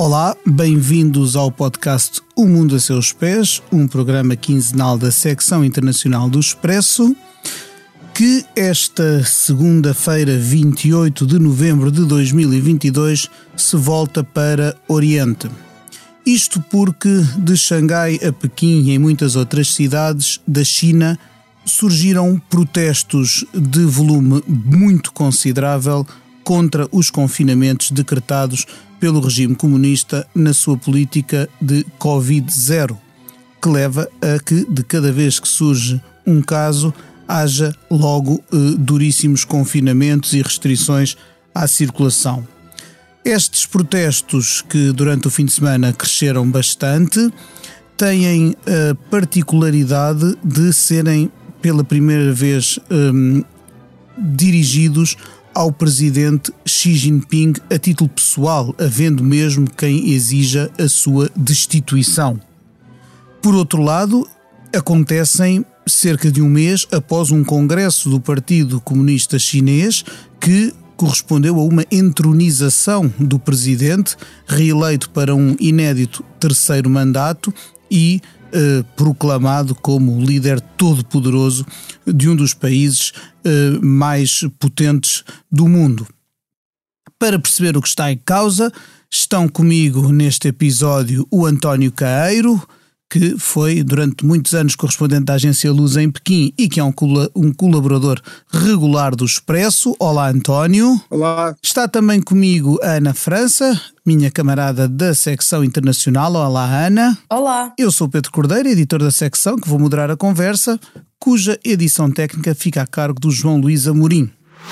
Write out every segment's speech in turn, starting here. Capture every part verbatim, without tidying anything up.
Olá, bem-vindos ao podcast O Mundo a Seus Pés, um programa quinzenal da secção internacional do Expresso, que esta segunda-feira, vinte e oito de novembro de dois mil e vinte e dois, se volta para Oriente. Isto porque de Xangai a Pequim e em muitas outras cidades da China surgiram protestos de volume muito considerável contra os confinamentos decretados pelo regime comunista na sua política de covid zero, que leva a que, de cada vez que surge um caso, haja logo eh, duríssimos confinamentos e restrições à circulação. Estes protestos, que durante o fim de semana cresceram bastante, têm a particularidade de serem pela primeira vez eh, dirigidos ao presidente Xi Jinping a título pessoal, havendo mesmo quem exija a sua destituição. Por outro lado, acontecem cerca de um mês após um congresso do Partido Comunista Chinês que correspondeu a uma entronização do presidente, reeleito para um inédito terceiro mandato e eh, proclamado como líder todo-poderoso de um dos países eh, mais potentes do mundo. Para perceber o que está em causa, estão comigo neste episódio o António Caeiro, que foi durante muitos anos correspondente da agência Luz em Pequim e que é um, col- um colaborador regular do Expresso. Olá, António. Olá. Está também comigo a Ana França, minha camarada da secção internacional. Olá, Ana. Olá. Eu sou o Pedro Cordeiro, editor da secção, que vou moderar a conversa, cuja edição técnica fica a cargo do João Luís Amorim.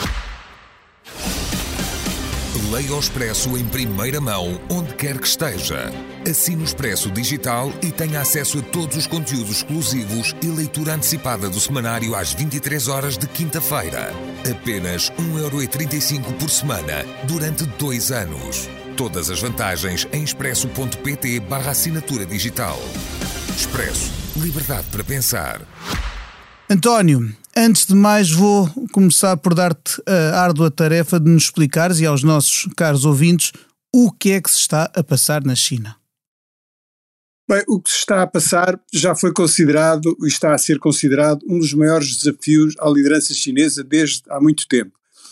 Leia o Expresso em primeira mão, onde quer que esteja. Assine o Expresso Digital e tenha acesso a todos os conteúdos exclusivos e leitura antecipada do semanário às vinte e três horas de quinta-feira. Apenas um euro e trinta e cinco por semana, durante dois anos. Todas as vantagens em expresso.pt barra assinatura digital. Expresso. Liberdade para pensar. António, antes de mais vou começar por dar-te a árdua tarefa de nos explicares e aos nossos caros ouvintes o que é que se está a passar na China. Bem, o que se está a passar já foi considerado e está a ser considerado um dos maiores desafios à liderança chinesa desde há muito tempo.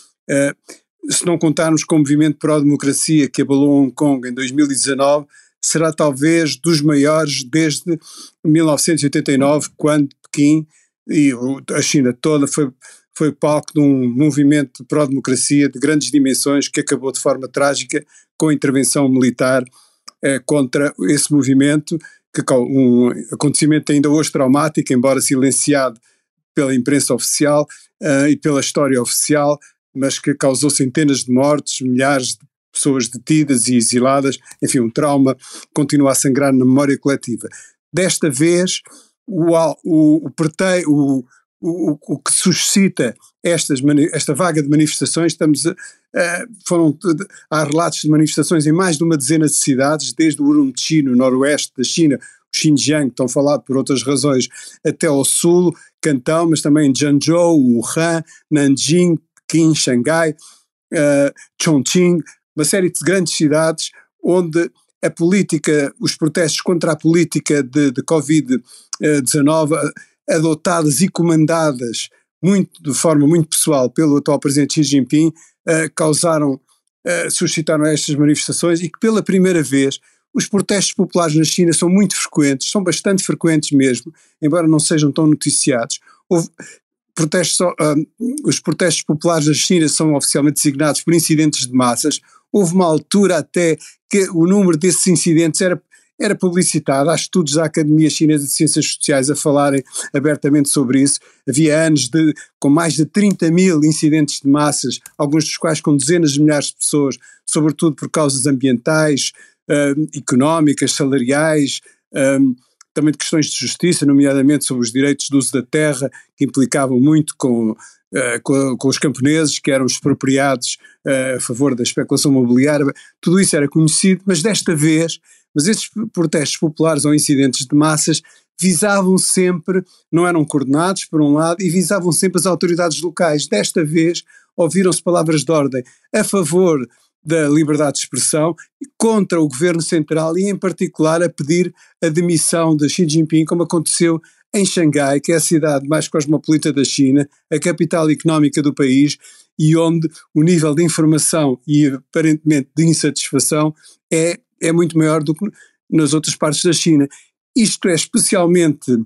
Uh, se não contarmos com o movimento pró-democracia que abalou Hong Kong em dois mil e dezanove, será talvez dos maiores desde mil novecentos e oitenta e nove, quando Pequim e a China toda foi, foi palco de um movimento de pró-democracia de grandes dimensões que acabou de forma trágica com a intervenção militar eh, contra esse movimento, que um acontecimento ainda hoje traumático, embora silenciado pela imprensa oficial eh, e pela história oficial, mas que causou centenas de mortes, milhares de pessoas detidas e exiladas, enfim, um trauma que continua a sangrar na memória coletiva. Desta vez, O, o, o, o, o, o que suscita estas, esta vaga de manifestações, estamos a, a, foram, há relatos de manifestações em mais de uma dezena de cidades, desde o Urumqi, no noroeste da China, o Xinjiang, tão falado por outras razões, até ao sul, Cantão, mas também em Zhengzhou, Wuhan, Nanjing, Pequim, Xangai, uh, Chongqing, uma série de grandes cidades onde a política, os protestos contra a política de, de covid dezanove, adotadas e comandadas muito, de forma muito pessoal pelo atual presidente Xi Jinping, uh, causaram, uh, suscitaram estas manifestações e que pela primeira vez os protestos populares na China são muito frequentes, são bastante frequentes mesmo, embora não sejam tão noticiados. Houve protestos, uh, os protestos populares na China são oficialmente designados por incidentes de massas. Houve uma altura até que o número desses incidentes era, era publicitado. Há estudos da Academia Chinesa de Ciências Sociais a falarem abertamente sobre isso. Havia anos de, com mais de trinta mil incidentes de massas, alguns dos quais com dezenas de milhares de pessoas, sobretudo por causas ambientais, um, económicas, salariais, um, também de questões de justiça, nomeadamente sobre os direitos de uso da terra, que implicavam muito com... Uh, com, com os camponeses que eram expropriados uh, a favor da especulação imobiliária. Tudo isso era conhecido, mas desta vez, mas estes protestos populares ou incidentes de massas visavam sempre, não eram coordenados por um lado, e visavam sempre as autoridades locais. Desta vez ouviram-se palavras de ordem a favor da liberdade de expressão, contra o governo central e em particular a pedir a demissão de Xi Jinping, como aconteceu em Xangai, que é a cidade mais cosmopolita da China, a capital económica do país, e onde o nível de informação e aparentemente de insatisfação é, é muito maior do que nas outras partes da China. Isto é especialmente uh,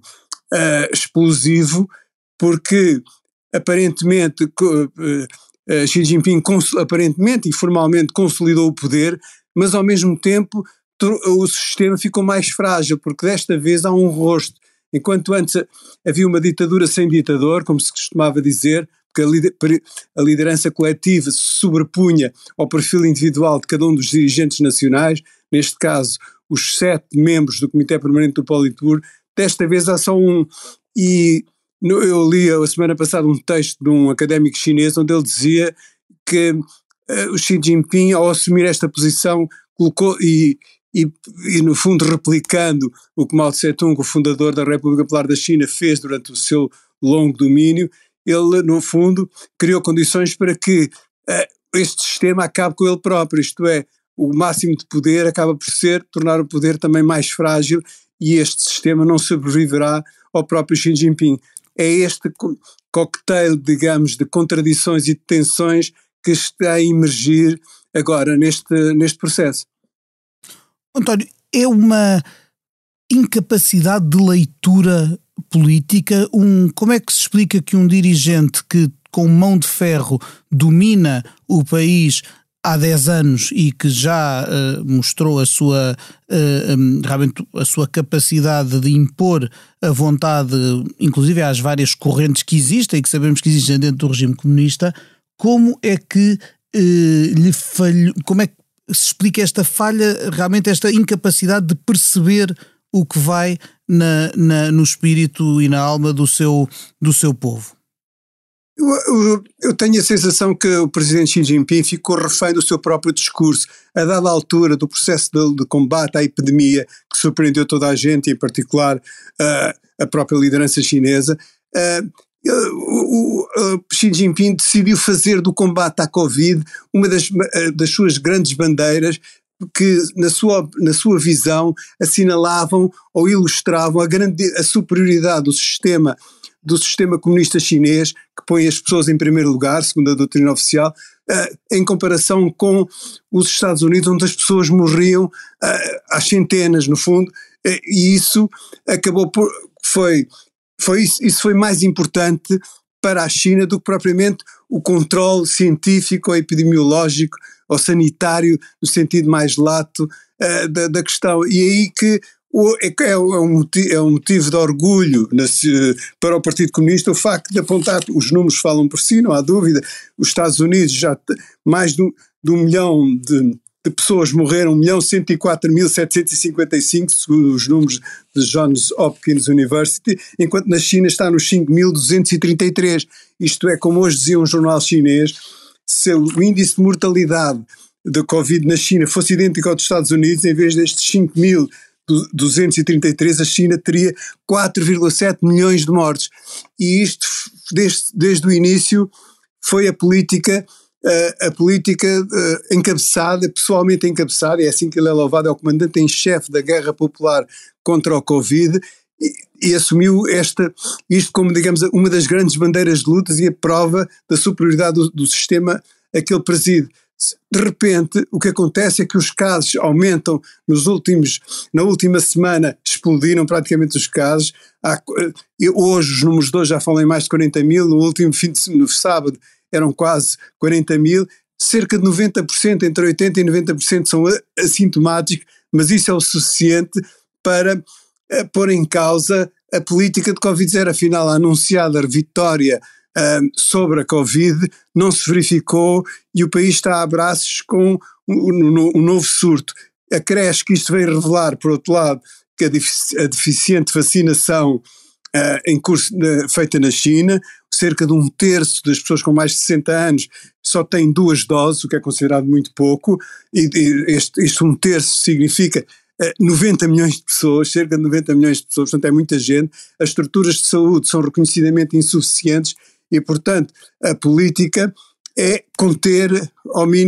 explosivo porque aparentemente uh, uh, Xi Jinping aparentemente e formalmente consolidou o poder, mas ao mesmo tempo o sistema ficou mais frágil, porque desta vez há um rosto. Enquanto antes havia uma ditadura sem ditador, como se costumava dizer, porque a liderança coletiva se sobrepunha ao perfil individual de cada um dos dirigentes nacionais, neste caso os sete membros do Comitê Permanente do Politburo, desta vez há só um. E eu li a semana passada um texto de um académico chinês onde ele dizia que uh, o Xi Jinping, ao assumir esta posição, colocou e E, e no fundo replicando o que Mao Tse-tung, o fundador da República Popular da China, fez durante o seu longo domínio, ele no fundo criou condições para que uh, este sistema acabe com ele próprio, isto é, o máximo de poder acaba por ser, tornar o poder também mais frágil e este sistema não sobreviverá ao próprio Xi Jinping. É este co- cocktail, digamos, de contradições e de tensões que está a emergir agora neste, neste processo. António, é uma incapacidade de leitura política? Um, como é que se explica que um dirigente que com mão de ferro domina o país há dez anos e que já uh, mostrou a sua, uh, um, realmente a sua capacidade de impor a vontade, inclusive às várias correntes que existem e que sabemos que existem dentro do regime comunista, como é que uh, lhe falhou, como é que se explica esta falha, realmente esta incapacidade de perceber o que vai na, na, no espírito e na alma do seu, do seu povo? Eu, eu, eu tenho a sensação que o presidente Xi Jinping ficou refém do seu próprio discurso. A dada altura do processo de, de combate à epidemia, que surpreendeu toda a gente, e em particular uh, a própria liderança chinesa, uh, O, o, o Xi Jinping decidiu fazer do combate à Covid uma das, das suas grandes bandeiras que na sua, na sua visão assinalavam ou ilustravam a, grande, a superioridade do sistema, do sistema comunista chinês, que põe as pessoas em primeiro lugar, segundo a doutrina oficial, uh, em comparação com os Estados Unidos, onde as pessoas morriam uh, às centenas, no fundo, uh, e isso acabou por... foi... Foi isso, isso foi mais importante para a China do que propriamente o controle científico ou epidemiológico ou sanitário no sentido mais lato uh, da, da questão. E aí que o, é, é, um motivo, é um motivo de orgulho nesse, para o Partido Comunista o facto de apontar, os números falam por si, não há dúvida, os Estados Unidos já mais de um, de um milhão de de pessoas morreram, um milhão cento e quatro mil setecentos e cinquenta e cinco, segundo os números de Johns Hopkins University, enquanto na China está nos cinco mil duzentos e trinta e três. Isto é, como hoje dizia um jornal chinês, se o índice de mortalidade da Covid na China fosse idêntico ao dos Estados Unidos, em vez destes cinco mil duzentos e trinta e três, a China teria quatro vírgula sete milhões de mortes. E isto, desde, desde o início, foi a política... Uh, a política uh, encabeçada, pessoalmente encabeçada, é assim que ele é louvado, é o comandante em chefe da guerra popular contra o Covid, e, e assumiu esta, isto como, digamos, uma das grandes bandeiras de lutas e a prova da superioridade do, do sistema a que ele preside. De repente, o que acontece é que os casos aumentam nos últimos, na última semana explodiram praticamente os casos. Há, hoje os números de hoje já falam em mais de quarenta mil, no último fim de no sábado eram quase quarenta mil, cerca de noventa por cento, entre oitenta por cento e noventa por cento são assintomáticos, mas isso é o suficiente para uh, pôr em causa a política de Covid zero. Afinal, a anunciada vitória uh, sobre a Covid não se verificou e o país está a braços com um, um, um novo surto. Acresce que isto veio revelar, por outro lado, que a, defici- a deficiente vacinação Uh, em curso uh, feita na China, cerca de um terço das pessoas com mais de sessenta anos só têm duas doses, o que é considerado muito pouco, e, e este, este um terço significa uh, noventa milhões de pessoas, cerca de noventa milhões de pessoas, portanto é muita gente. As estruturas de saúde são reconhecidamente insuficientes e, portanto, a política é conter ao mínimo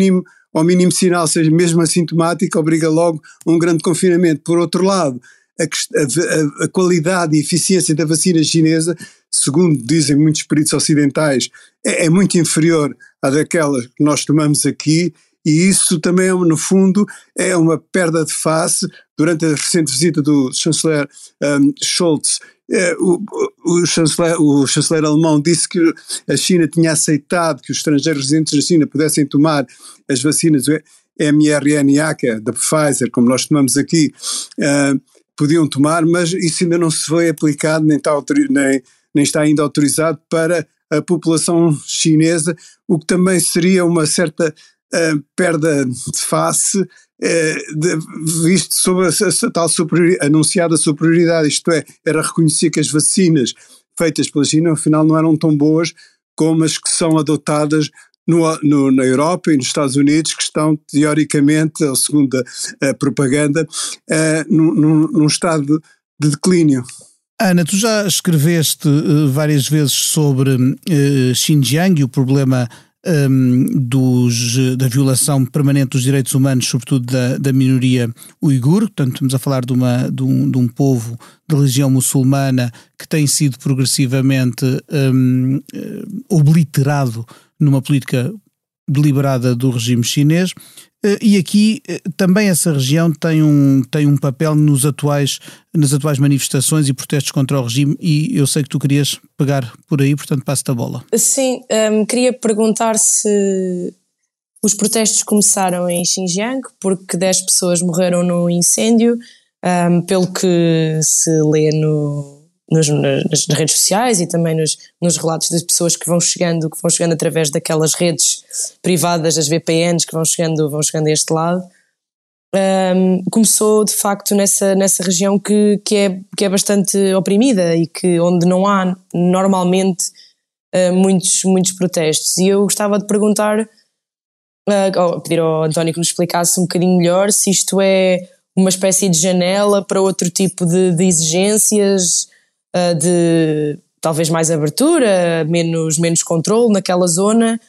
ao mínimo sinal, seja mesmo assintomático, obriga logo a um grande confinamento. Por outro lado, a, a, a qualidade e eficiência da vacina chinesa, segundo dizem muitos peritos ocidentais, é, é muito inferior à daquela que nós tomamos aqui, e isso também, no fundo, é uma perda de face. Durante a recente visita do chanceler um, Scholz, eh, o, o, chanceler, o chanceler alemão disse que a China tinha aceitado que os estrangeiros residentes da China pudessem tomar as vacinas mRNA, que é da Pfizer, como nós tomamos aqui, uh, podiam tomar, mas isso ainda não se foi aplicado, nem está, nem, nem está ainda autorizado para a população chinesa, o que também seria uma certa uh, perda de face, uh, de, visto sobre a, a tal superior, anunciada superioridade, isto é, era reconhecer que as vacinas feitas pela China, afinal, não eram tão boas como as que são adotadas No, no, na Europa e nos Estados Unidos, que estão teoricamente, ou segundo a, a propaganda, uh, num, num, num estado de declínio. Ana, tu já escreveste uh, várias vezes sobre uh, Xinjiang e o problema um, dos, da violação permanente dos direitos humanos, sobretudo da, da minoria uigur. Portanto, estamos a falar de, uma, de, um, de um povo de religião muçulmana que tem sido progressivamente um, uh, obliterado numa política deliberada do regime chinês, e aqui também essa região tem um, tem um papel nos atuais, nas atuais manifestações e protestos contra o regime, e eu sei que tu querias pegar por aí, portanto passo-te a bola. Sim, um, queria perguntar se os protestos começaram em Xinjiang, porque dez pessoas morreram num incêndio, um, pelo que se lê no... Nos, nas redes sociais e também nos, nos relatos das pessoas que vão chegando, que vão chegando através daquelas redes privadas, das V P Ns que vão chegando, vão chegando a este lado. Um, começou de facto nessa, nessa região que, que, é, que é bastante oprimida e que, onde não há normalmente uh, muitos, muitos protestos. E eu gostava de perguntar, uh, pedir ao António que nos explicasse um bocadinho melhor se isto é uma espécie de janela para outro tipo de, de exigências, de talvez mais abertura, menos, menos controle naquela zona,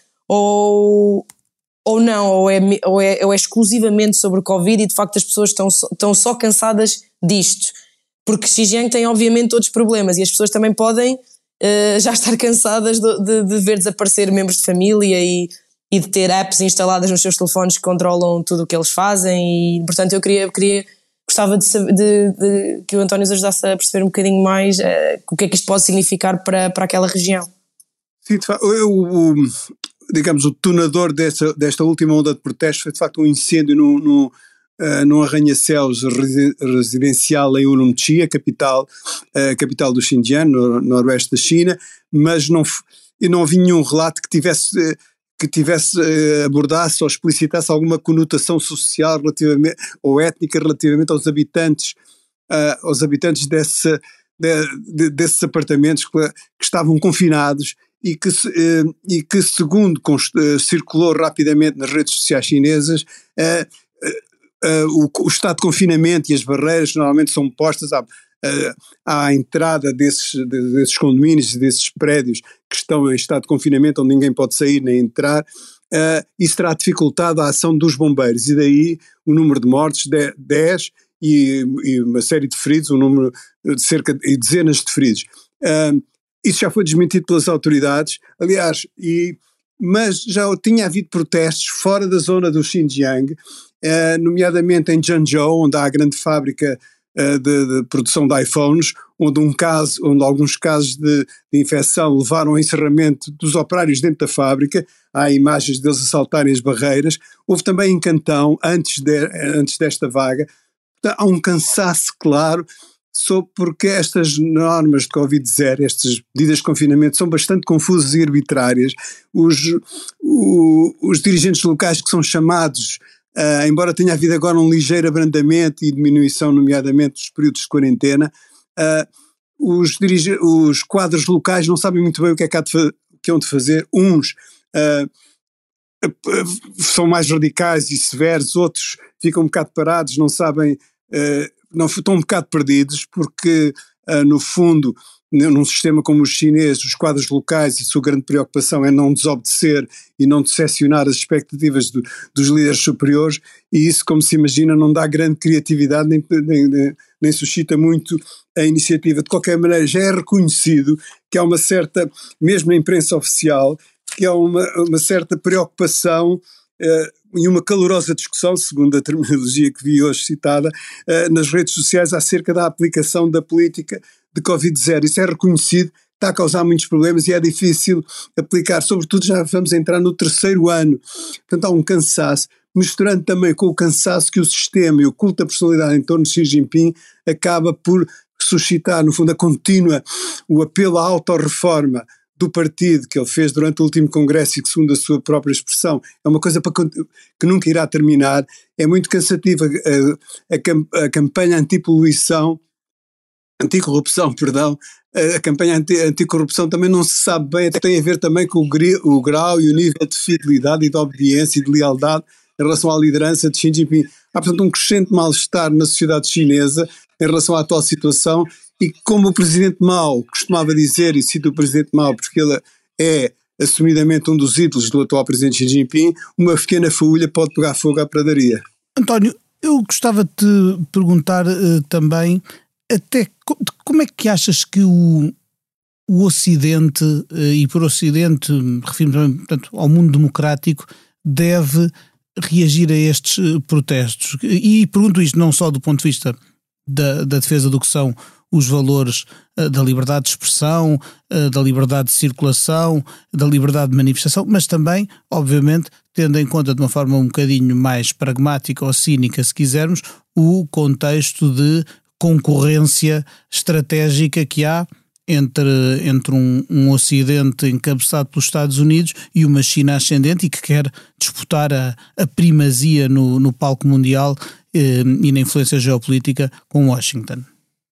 ou, ou não, ou é, ou, é, ou é exclusivamente sobre o Covid e de facto as pessoas estão, estão só cansadas disto, porque Xinjiang tem obviamente outros problemas e as pessoas também podem uh, já estar cansadas de, de, de ver desaparecer membros de família e, e de ter apps instaladas nos seus telefones que controlam tudo o que eles fazem, e portanto eu queria... queria Gostava de, saber, de, de que o António nos ajudasse a perceber um bocadinho mais uh, o que é que isto pode significar para, para aquela região. Sim, de facto, o, o, digamos, o detonador desta, desta última onda de protestos foi de facto um incêndio no, no, uh, num arranha-céus residencial em Urumqi, a capital, a capital do Xinjiang, no noroeste da China, mas não, não havia nenhum relato que tivesse... Uh, que tivesse, abordasse ou explicitasse alguma conotação social relativamente, ou étnica relativamente aos habitantes, uh, aos habitantes desse, de, de, desses apartamentos que, que estavam confinados e que, uh, e que segundo const, uh, circulou rapidamente nas redes sociais chinesas, uh, uh, uh, o, o estado de confinamento e as barreiras normalmente são postas à, uh, à entrada desses, desses condomínios e desses prédios que estão em estado de confinamento, onde ninguém pode sair nem entrar, uh, isso terá dificultado a ação dos bombeiros, e daí o número de mortes, dez, e, e uma série de feridos, um número de cerca de dezenas de feridos. Uh, isso já foi desmentido pelas autoridades, aliás, e, mas já tinha havido protestos fora da zona do Xinjiang, uh, nomeadamente em Zhengzhou, onde há a grande fábrica De, de produção de iPhones, onde, um caso, onde alguns casos de, de infecção levaram ao encerramento dos operários dentro da fábrica. Há imagens deles assaltarem as barreiras. Houve também em Cantão, antes, de, antes desta vaga. Há um cansaço claro sobre porque estas normas de Covid zero, estas medidas de confinamento são bastante confusas e arbitrárias. Os, o, os dirigentes locais que são chamados, Uh, embora tenha havido agora um ligeiro abrandamento e diminuição, nomeadamente dos períodos de quarentena, uh, os, dirige- os quadros locais não sabem muito bem o que é que, há de fa- que hão de fazer. Uns uh, uh, são mais radicais e severos, outros ficam um bocado parados, não sabem, uh, não, estão um bocado perdidos, porque uh, no fundo num sistema como o chinês, os quadros locais, a sua grande preocupação é não desobedecer e não decepcionar as expectativas do, dos líderes superiores, e isso, como se imagina, não dá grande criatividade nem, nem, nem suscita muito a iniciativa. De qualquer maneira, já é reconhecido que há uma certa, mesmo na imprensa oficial, que há uma, uma certa preocupação uh, e uma calorosa discussão, segundo a terminologia que vi hoje citada, uh, nas redes sociais acerca da aplicação da política de Covid zero. Isso é reconhecido, está a causar muitos problemas e é difícil aplicar, sobretudo já vamos entrar no terceiro ano. Portanto, há um cansaço, misturando também com o cansaço que o sistema e o culto da personalidade em torno de Xi Jinping acaba por suscitar, no fundo, a contínua, o apelo à autorreforma do partido que ele fez durante o último congresso e que, segundo a sua própria expressão, é uma coisa para, que nunca irá terminar. É muito cansativa a, a, a campanha antipoluição, anticorrupção, perdão, a, a campanha anti, anticorrupção também não se sabe bem, até tem a ver também com o, gri, o grau e o nível de fidelidade e de obediência e de lealdade em relação à liderança de Xi Jinping. Há, portanto, um crescente mal-estar na sociedade chinesa em relação à atual situação. E como o presidente Mao costumava dizer, e cito o presidente Mao porque ele é assumidamente um dos ídolos do atual presidente Xi Jinping, uma pequena fagulha pode pegar fogo à pradaria. António, eu gostava de te perguntar uh, também, até como é que achas que o, o Ocidente, uh, e por Ocidente refiro-me também, portanto, ao mundo democrático, deve reagir a estes uh, protestos? E, e pergunto isto não só do ponto de vista da, da defesa do que são os valores uh, da liberdade de expressão, uh, da liberdade de circulação, da liberdade de manifestação, mas também, obviamente, tendo em conta de uma forma um bocadinho mais pragmática ou cínica, se quisermos, o contexto de concorrência estratégica que há entre, entre um, um Ocidente encabeçado pelos Estados Unidos e uma China ascendente e que quer disputar a, a primazia no, no palco mundial eh, e na influência geopolítica com Washington.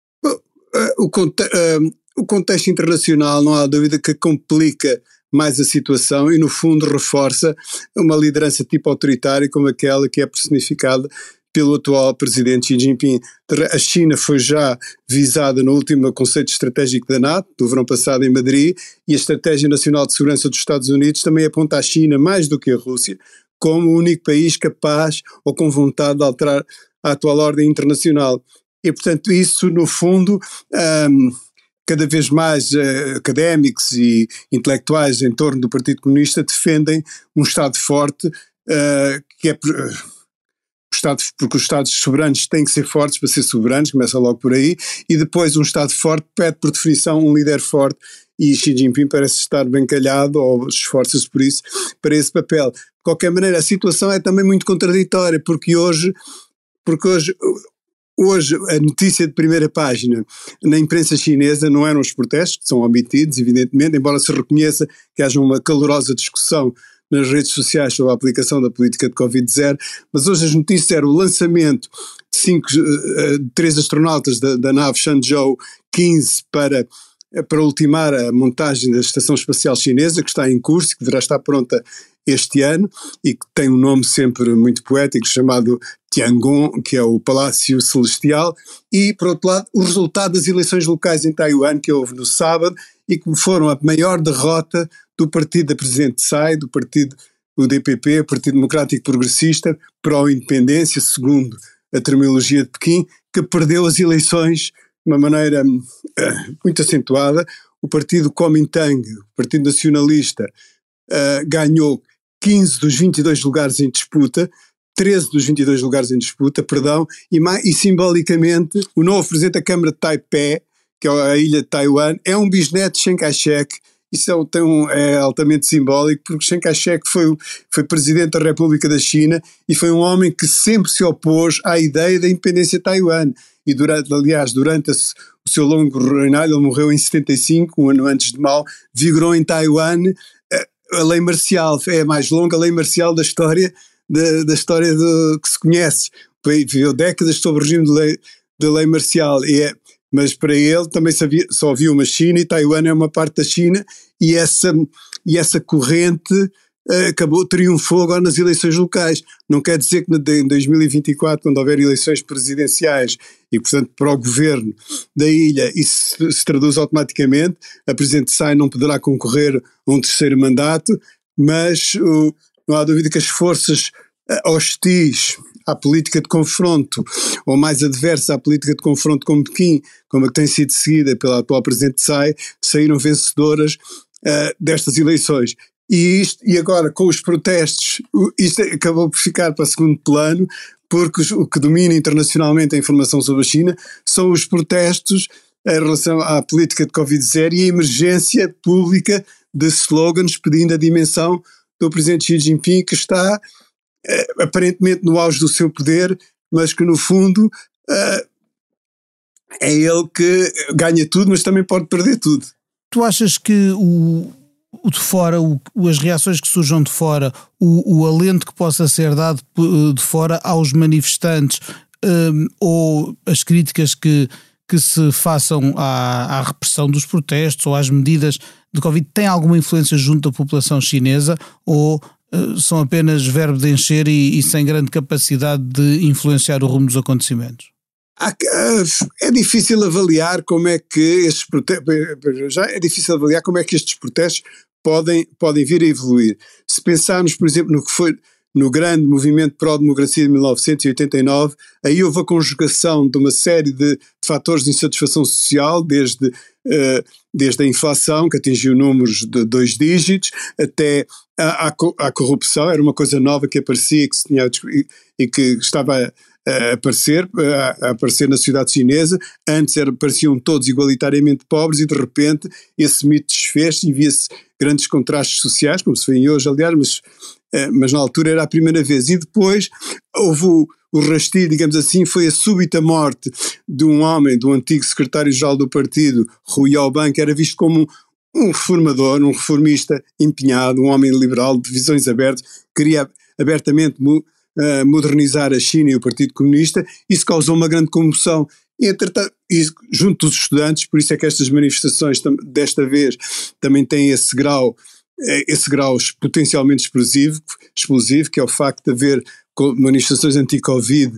O, conte uh, o contexto internacional, não há dúvida que complica mais a situação e, no fundo, reforça uma liderança tipo autoritária como aquela que é personificada pelo atual presidente Xi Jinping. A China foi já visada no último conceito estratégico da NATO, do verão passado em Madrid, e a Estratégia Nacional de Segurança dos Estados Unidos também aponta a China, mais do que a Rússia, como o único país capaz ou com vontade de alterar a atual ordem internacional. E, portanto, isso, no fundo, um, cada vez mais uh, académicos e intelectuais em torno do Partido Comunista defendem um Estado forte, uh, que é uh, o Estado, porque os Estados soberanos têm que ser fortes para ser soberanos, começa logo por aí, e depois um Estado forte pede, por definição, um líder forte, e Xi Jinping parece estar bem calhado, ou esforça-se por isso, para esse papel. De qualquer maneira, a situação é também muito contraditória, porque hoje, porque hoje Hoje, a notícia de primeira página na imprensa chinesa não eram os protestos, que são omitidos, evidentemente, embora se reconheça que haja uma calorosa discussão nas redes sociais sobre a aplicação da política de Covid zero, mas hoje as notícias eram o lançamento de cinco, de três astronautas da, da nave Shenzhou quinze para, para ultimar a montagem da Estação Espacial Chinesa, que está em curso e que deverá estar pronta este ano, e que tem um nome sempre muito poético chamado Tiangong, que é o Palácio Celestial, e, por outro lado, o resultado das eleições locais em Taiwan, que houve no sábado, e que foram a maior derrota do partido da Presidente Tsai, do partido do D P P, Partido Democrático Progressista, pró-independência, segundo a terminologia de Pequim, que perdeu as eleições de uma maneira uh, muito acentuada. O partido Kuomintang, o Partido Nacionalista, uh, ganhou quinze dos vinte e dois lugares em disputa, treze dos vinte e dois lugares em disputa, perdão, e, e simbolicamente o novo presidente da Câmara de Taipei, que é a ilha de Taiwan, é um bisneto de Chiang Kai-shek. Isso é, tem um, é altamente simbólico, porque Chiang Kai-shek foi, foi presidente da República da China e foi um homem que sempre se opôs à ideia da independência de Taiwan. E, durante, aliás, durante a, o seu longo reinado, ele morreu em setenta e cinco, um ano antes de Mao, vigorou em Taiwan a, a lei marcial, é a mais longa lei marcial da história, da, da história de, que se conhece. Viveu décadas sob o regime de lei, de lei marcial, e é, mas para ele também sabia, só havia uma China, e Taiwan é uma parte da China, e essa, e essa corrente acabou, triunfou agora nas eleições locais. Não quer dizer que em dois mil e vinte e quatro, quando houver eleições presidenciais e, portanto, para o governo da ilha, isso se traduz automaticamente, a Presidente Tsai não poderá concorrer a um terceiro mandato, mas uh, não há dúvida que as forças uh, hostis à política de confronto, ou mais adversa à política de confronto com Pequim, como a que tem sido seguida pela atual Presidente Tsai, saíram vencedoras uh, destas eleições. E, isto, e agora, com os protestos, isto acabou por ficar para segundo plano, porque os, o que domina internacionalmente a informação sobre a China são os protestos em relação à política de Covid zero e a emergência pública de slogans pedindo a dimensão do Presidente Xi Jinping, que está eh, aparentemente no auge do seu poder, mas que no fundo eh, é ele que ganha tudo, mas também pode perder tudo. Tu achas que o, o de fora, o, as reações que surjam de fora, o, o alento que possa ser dado de fora aos manifestantes um, ou as críticas que, que se façam à, à repressão dos protestos ou às medidas de Covid tem alguma influência junto da população chinesa ou uh, são apenas verbo de encher e, e sem grande capacidade de influenciar o rumo dos acontecimentos? É difícil avaliar como é que estes protestos, já é difícil avaliar como é que estes protestos podem, podem vir a evoluir. Se pensarmos, por exemplo, no que foi no grande movimento pró-democracia de mil novecentos e oitenta e nove, aí houve a conjugação de uma série de, de fatores de insatisfação social, desde, uh, desde a inflação, que atingiu números de dois dígitos, até a, a, a corrupção, era uma coisa nova que aparecia que se tinha, e, e que estava a a aparecer, a aparecer na sociedade chinesa. Antes era, pareciam todos igualitariamente pobres e de repente esse mito desfez e via-se grandes contrastes sociais, como se vê hoje, aliás, mas, mas na altura era a primeira vez. E depois houve o, o rastilho, digamos assim, foi a súbita morte de um homem, do antigo secretário-geral do partido, Hu Yaobang, que era visto como um, um reformador, um reformista empenhado, um homem liberal de visões abertas, queria abertamente Uh, modernizar a China e o Partido Comunista. Isso causou uma grande comoção entretanto, junto dos estudantes, por isso é que estas manifestações desta vez também têm esse grau, esse grau potencialmente explosivo, explosivo, que é o facto de haver manifestações anti-Covid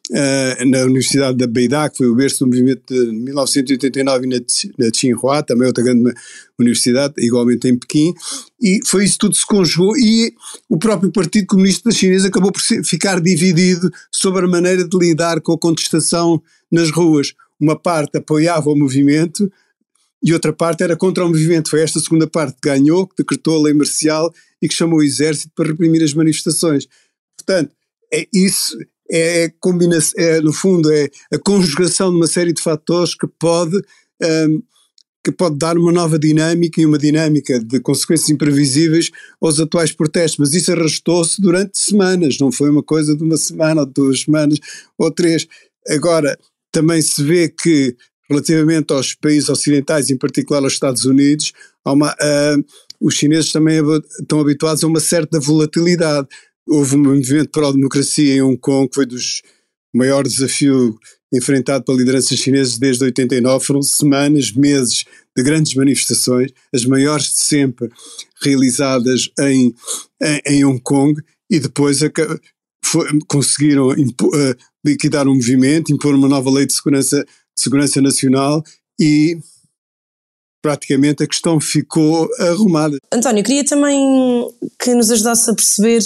uh, na Universidade da Beidá, que foi o berço do movimento de mil novecentos e oitenta e nove, e na, na Tsinghua, também outra grande universidade, igualmente em Pequim, e foi isso tudo que se conjugou, e o próprio Partido Comunista Chinês acabou por ficar dividido sobre a maneira de lidar com a contestação nas ruas. Uma parte apoiava o movimento e outra parte era contra o movimento. Foi esta segunda parte que ganhou, que decretou a lei marcial e que chamou o exército para reprimir as manifestações. Portanto, é isso, é, combinação, é no fundo é a conjugação de uma série de fatores que pode, um, que pode dar uma nova dinâmica e uma dinâmica de consequências imprevisíveis aos atuais protestos, mas isso arrastou-se durante semanas, não foi uma coisa de uma semana ou de duas semanas ou três. Agora, também se vê que relativamente aos países ocidentais, em particular aos Estados Unidos, há uma, uh, os chineses também estão habituados a uma certa volatilidade. Houve um movimento pró-democracia em Hong Kong, que foi dos maior desafio enfrentado pela liderança chinesa desde oitenta e nove, foram semanas, meses de grandes manifestações, as maiores de sempre realizadas em, em, em Hong Kong, e depois a, foi, conseguiram impo, uh, liquidar o movimento, impor uma nova lei de segurança, de segurança nacional e praticamente a questão ficou arrumada. António, queria também que nos ajudasse a perceber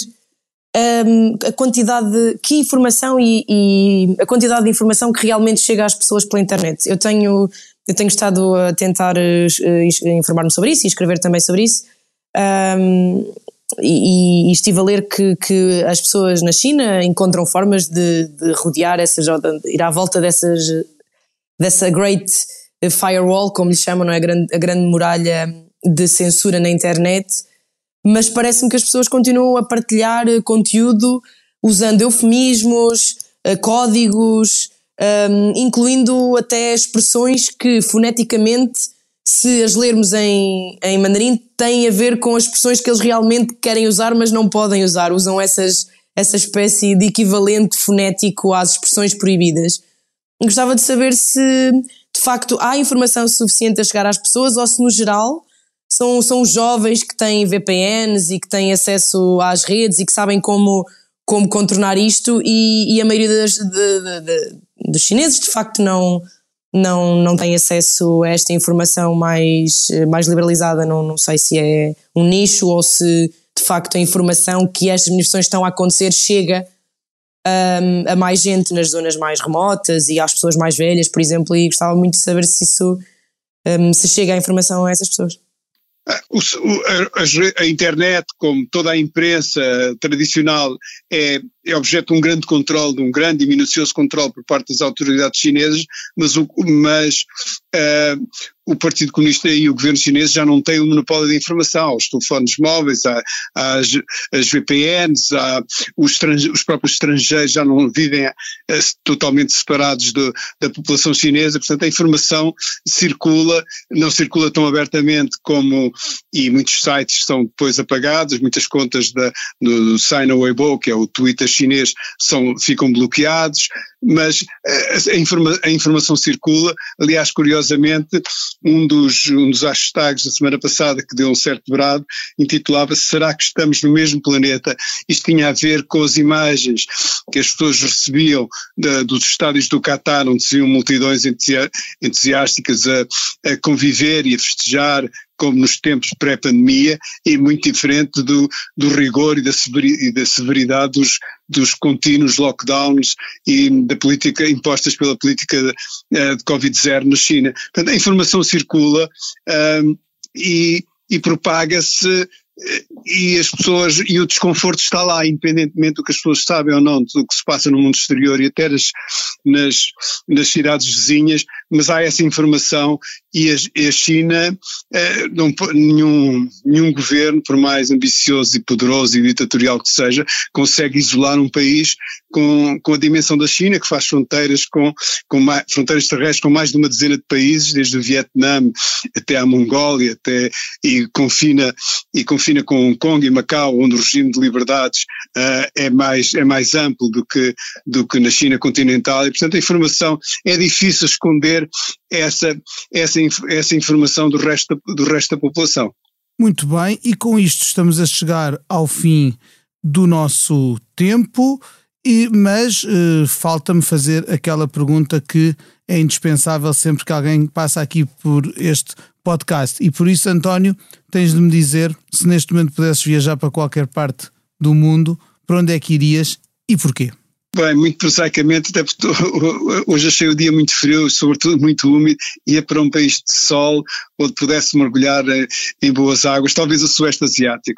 Um, a quantidade de, que informação e, e a quantidade de informação que realmente chega às pessoas pela internet. Eu tenho, eu tenho estado a tentar uh, informar-me sobre isso e escrever também sobre isso, um, e, e estive a ler que, que as pessoas na China encontram formas de, de rodear essas, ou de ir à volta dessas, dessa great firewall, como lhe chamam, não é? a, grande, a grande muralha de censura na internet. Mas parece-me que as pessoas continuam a partilhar conteúdo usando eufemismos, códigos, um, incluindo até expressões que foneticamente, se as lermos em, em mandarim, têm a ver com as expressões que eles realmente querem usar, mas não podem usar. Usam essas, essa espécie de equivalente fonético às expressões proibidas. Gostava de saber se, de facto, há informação suficiente a chegar às pessoas ou se, no geral, são, são os jovens que têm V P Ns e que têm acesso às redes e que sabem como, como contornar isto, e, e a maioria das, de, de, de, dos chineses de facto não, não, não tem acesso a esta informação mais, mais liberalizada. Não, não sei se é um nicho ou se de facto a informação que estas manifestações estão a acontecer chega um, a mais gente nas zonas mais remotas e às pessoas mais velhas, por exemplo, e gostava muito de saber se isso um, se chega a informação a essas pessoas. O, a, a internet, como toda a imprensa tradicional, é, é objeto de um grande controle, de um grande e minucioso controle por parte das autoridades chinesas, mas, o, mas uh, o Partido Comunista e o governo chinês já não têm o monopólio da informação. Aos telefones móveis, há, há as, as V P Ns, há os, os próprios estrangeiros já não vivem uh, totalmente separados do, da população chinesa, portanto a informação circula, não circula tão abertamente como, e muitos sites são depois apagados, muitas contas da, do Sina Weibo, que é o Twitter chinês, são, ficam bloqueados, mas uh, a, informa, a informação circula. Aliás, curiosamente, Um dos, um dos hashtags da semana passada que deu um certo brado intitulava-se "Será que estamos no mesmo planeta?". Isto tinha a ver com as imagens que as pessoas recebiam de, dos estádios do Qatar, onde se viam multidões entusiásticas a, a conviver e a festejar como nos tempos pré-pandemia, e muito diferente do, do rigor e da, severi, e da severidade dos, dos contínuos lockdowns e da política impostas pela política de, de Covid zero na China. Portanto, a informação circula um, e, e propaga-se, e as pessoas, e o desconforto está lá, independentemente do que as pessoas sabem ou não do que se passa no mundo exterior e até nas, nas, nas cidades vizinhas, mas há essa informação, e a, a China, eh, não, nenhum, nenhum governo, por mais ambicioso e poderoso e ditatorial que seja, consegue isolar um país com, com a dimensão da China, que faz fronteiras com, com mais, fronteiras terrestres com mais de uma dezena de países, desde o Vietnã até a Mongólia, até, e confina, e confina com Hong Kong e Macau, onde o regime de liberdades uh, é, mais, é mais amplo do que, do que na China continental, e portanto a informação, é difícil esconder essa, essa, essa informação do resto, do resto da população. Muito bem, e com isto estamos a chegar ao fim do nosso tempo, e, mas uh, falta-me fazer aquela pergunta que é indispensável sempre que alguém passa aqui por este podcast, e por isso, António, tens de me dizer, se neste momento pudesses viajar para qualquer parte do mundo, para onde é que irias e porquê? Bem, muito prosaicamente, até porque hoje achei o dia muito frio, sobretudo muito úmido, ia para um país de sol, onde pudesse mergulhar em boas águas, talvez o Sueste Asiático.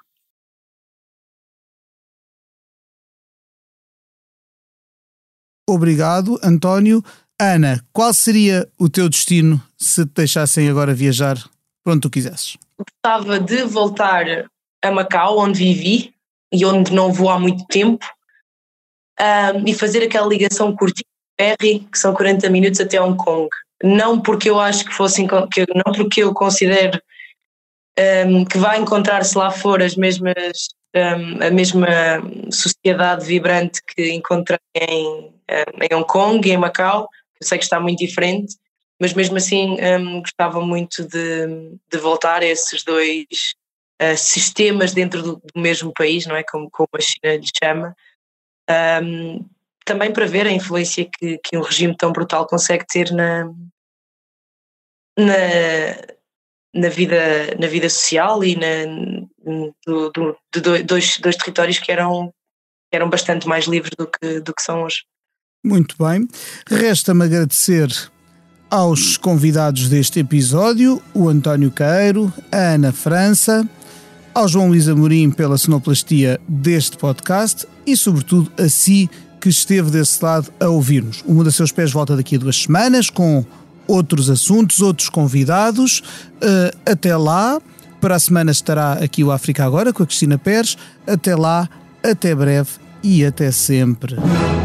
Obrigado, António. Ana, qual seria o teu destino se te deixassem agora viajar para onde tu quisesses? Gostava de voltar a Macau, onde vivi e onde não vou há muito tempo, um, e fazer aquela ligação curtinha de ferry, que são quarenta minutos até Hong Kong. Não porque eu acho que fossem, que, não porque eu considero um, que vai encontrar-se lá fora as mesmas, um, a mesma sociedade vibrante que encontrei em, um, em Hong Kong e em Macau. Eu sei que está muito diferente, mas mesmo assim um, gostava muito de, de voltar a esses dois uh, sistemas dentro do, do mesmo país, não é? Como, como a China lhe chama, um, também para ver a influência que, que um regime tão brutal consegue ter na, na, na, vida, na vida social e na, do, do, de dois, dois territórios que eram, que eram bastante mais livres do que, do que são hoje. Muito bem, resta-me agradecer aos convidados deste episódio, o António Queiro, a Ana França, ao João Luís Amorim pela sonoplastia deste podcast e sobretudo a si que esteve desse lado a ouvir-nos. O Mundo a Seus Pés volta daqui a duas semanas com outros assuntos, outros convidados. Uh, até lá, para a semana estará aqui o África Agora com a Cristina Pérez. Até lá, até breve e até sempre.